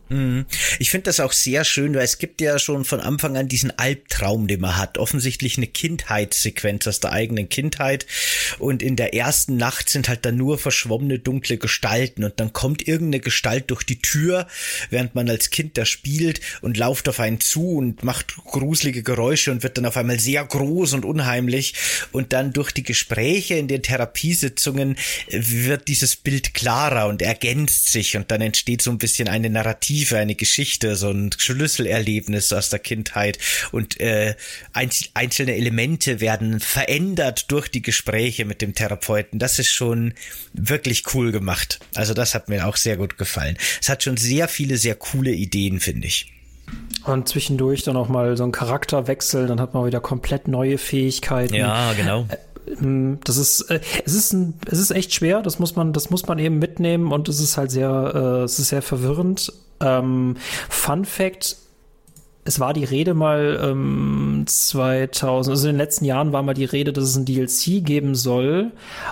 Ich finde das auch sehr schön, weil es gibt ja schon von Anfang an diesen Albtraum, den man hat. Offensichtlich eine Kindheitssequenz aus der eigenen Kindheit. Und in der ersten Nacht sind halt dann nur verschwommene, dunkle Gestalten. Und dann kommt irgendeine Gestalt durch die Tür, während man als Kind da spielt und lauft auf einen zu und macht gruselige Geräusche und wird dann auf einmal sehr groß und unheimlich. Und dann durch die Gespräche in den Therapiesitzungen wird dieses Bild klarer und ergänzt sich. Und dann entsteht so ein bisschen eine Narrative, eine Geschichte, so ein Schlüsselerlebnis aus der Kindheit und einzelne Elemente werden verändert durch die Gespräche mit dem Therapeuten. Das ist schon wirklich cool gemacht. Also das hat mir auch sehr gut gefallen. Es hat schon sehr viele, sehr coole Ideen, finde ich. Und zwischendurch dann auch mal so ein Charakterwechsel, dann hat man wieder komplett neue Fähigkeiten. Ja, genau. Das ist, es ist echt schwer, das muss man eben mitnehmen und es ist halt es ist sehr verwirrend. Fun Fact: Es war die Rede mal 2000, also in den letzten Jahren war mal die Rede, dass es ein DLC geben soll.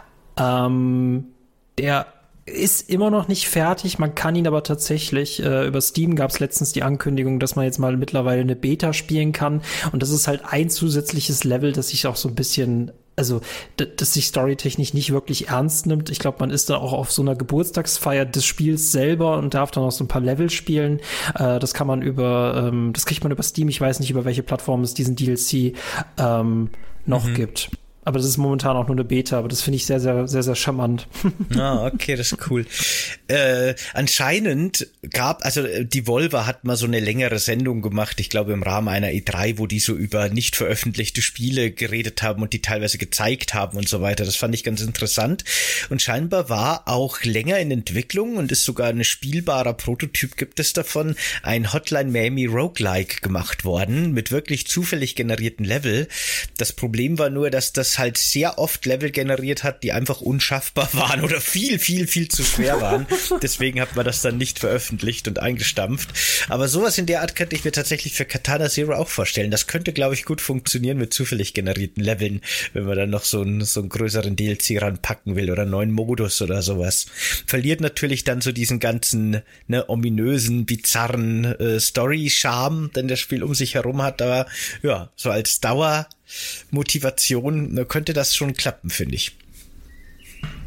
Der ist immer noch nicht fertig, man kann ihn aber tatsächlich, über Steam gab es letztens die Ankündigung, dass man jetzt mal mittlerweile eine Beta spielen kann und das ist halt ein zusätzliches Level, das sich auch so ein bisschen, also das sich storytechnisch nicht wirklich ernst nimmt. Ich glaube, man ist da auch auf so einer Geburtstagsfeier des Spiels selber und darf dann auch so ein paar Level spielen. Das kann man das kriegt man über Steam, ich weiß nicht, über welche Plattform es diesen DLC noch gibt. Aber das ist momentan auch nur eine Beta, aber das finde ich sehr, sehr, sehr, sehr charmant. Ah, okay, das ist cool. Anscheinend Devolver hat mal so eine längere Sendung gemacht, ich glaube im Rahmen einer E3, wo die so über nicht veröffentlichte Spiele geredet haben und die teilweise gezeigt haben und so weiter. Das fand ich ganz interessant. Und scheinbar war auch länger in Entwicklung und ist sogar ein spielbarer Prototyp, gibt es davon, ein Hotline Miami Roguelike gemacht worden, mit wirklich zufällig generierten Level. Das Problem war nur, dass das halt sehr oft Level generiert hat, die einfach unschaffbar waren oder viel, viel, viel zu schwer waren. Deswegen hat man das dann nicht veröffentlicht und eingestampft. Aber sowas in der Art könnte ich mir tatsächlich für Katana Zero auch vorstellen. Das könnte, glaube ich, gut funktionieren mit zufällig generierten Leveln, wenn man dann noch so einen größeren DLC ranpacken will oder einen neuen Modus oder sowas. Verliert natürlich dann so diesen ganzen ominösen, bizarren Story-Charme, den das Spiel um sich herum hat. Aber ja, so als Dauermotivation könnte das schon klappen, finde ich.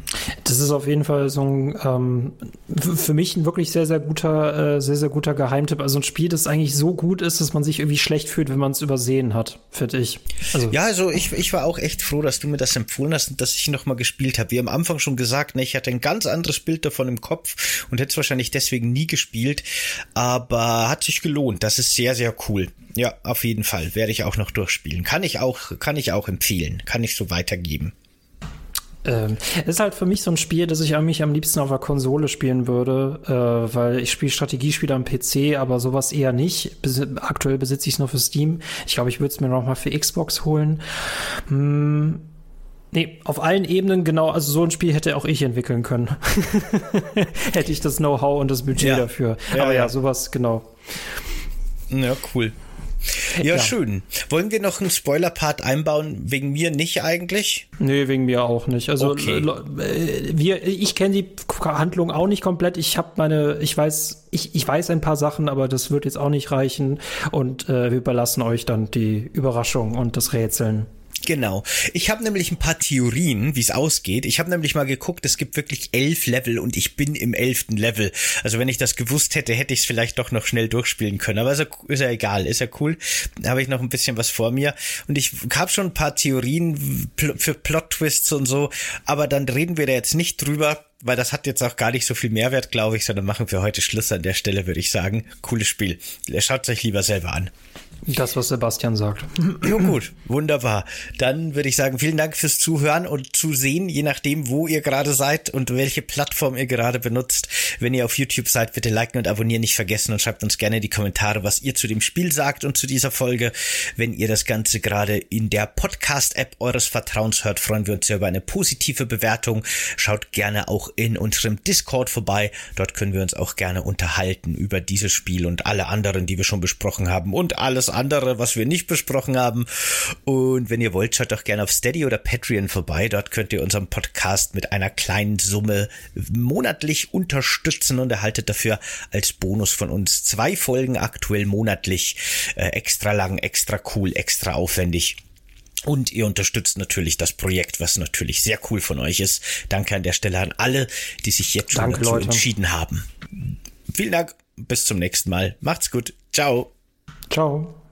Das ist auf jeden Fall so ein, für mich ein wirklich sehr, sehr guter Geheimtipp. Also ein Spiel, das eigentlich so gut ist, dass man sich irgendwie schlecht fühlt, wenn man es übersehen hat, finde ich. Also ich war auch echt froh, dass du mir das empfohlen hast und dass ich nochmal gespielt habe. Wie am Anfang schon gesagt, ne, ich hatte ein ganz anderes Bild davon im Kopf und hätte es wahrscheinlich deswegen nie gespielt, aber hat sich gelohnt. Das ist sehr, sehr cool. Ja, auf jeden Fall. Werde ich auch noch durchspielen. Kann ich auch empfehlen. Kann ich so weitergeben. Ist halt für mich so ein Spiel, das ich eigentlich am liebsten auf der Konsole spielen würde, weil ich spiele Strategiespiele am PC, aber sowas eher nicht. Aktuell besitze ich es nur für Steam. Ich glaube, ich würde es mir noch mal für Xbox holen. Nee, auf allen Ebenen genau, also so ein Spiel hätte auch ich entwickeln können. Hätte ich das Know-how und das Budget dafür. Aber ja, sowas, genau. Ja, cool. Ja, schön. Wollen wir noch einen Spoiler-Part einbauen? Wegen mir nicht eigentlich? Nee, wegen mir auch nicht. Also okay. Ich kenne die Handlung auch nicht komplett. Ich weiß ein paar Sachen, aber das wird jetzt auch nicht reichen. Und wir überlassen euch dann die Überraschung und das Rätseln. Genau. Ich habe nämlich ein paar Theorien, wie es ausgeht. Ich habe nämlich mal geguckt, es gibt wirklich 11 Level und ich bin im 11. Level. Also wenn ich das gewusst hätte, hätte ich es vielleicht doch noch schnell durchspielen können. Aber ist ja egal, ist ja cool. Da habe ich noch ein bisschen was vor mir. Und ich habe schon ein paar Theorien für Plot-Twists und so. Aber dann reden wir da jetzt nicht drüber, weil das hat jetzt auch gar nicht so viel Mehrwert, glaube ich, sondern machen wir heute Schluss an der Stelle, würde ich sagen. Cooles Spiel. Schaut es euch lieber selber an. Das, was Sebastian sagt. Ja, gut, wunderbar. Dann würde ich sagen, vielen Dank fürs Zuhören und Zusehen, je nachdem, wo ihr gerade seid und welche Plattform ihr gerade benutzt. Wenn ihr auf YouTube seid, bitte liken und abonnieren nicht vergessen und schreibt uns gerne in die Kommentare, was ihr zu dem Spiel sagt und zu dieser Folge. Wenn ihr das Ganze gerade in der Podcast-App eures Vertrauens hört, freuen wir uns sehr über eine positive Bewertung. Schaut gerne auch in unserem Discord vorbei. Dort können wir uns auch gerne unterhalten über dieses Spiel und alle anderen, die wir schon besprochen haben und alles andere, was wir nicht besprochen haben. Und wenn ihr wollt, schaut doch gerne auf Steady oder Patreon vorbei. Dort könnt ihr unseren Podcast mit einer kleinen Summe monatlich unterstützen und erhaltet dafür als Bonus von uns 2 Folgen aktuell monatlich. Extra lang, extra cool, extra aufwendig. Und ihr unterstützt natürlich das Projekt, was natürlich sehr cool von euch ist. Danke an der Stelle an alle, die sich jetzt schon dazu entschieden haben. Vielen Dank, bis zum nächsten Mal. Macht's gut. Ciao. Ciao.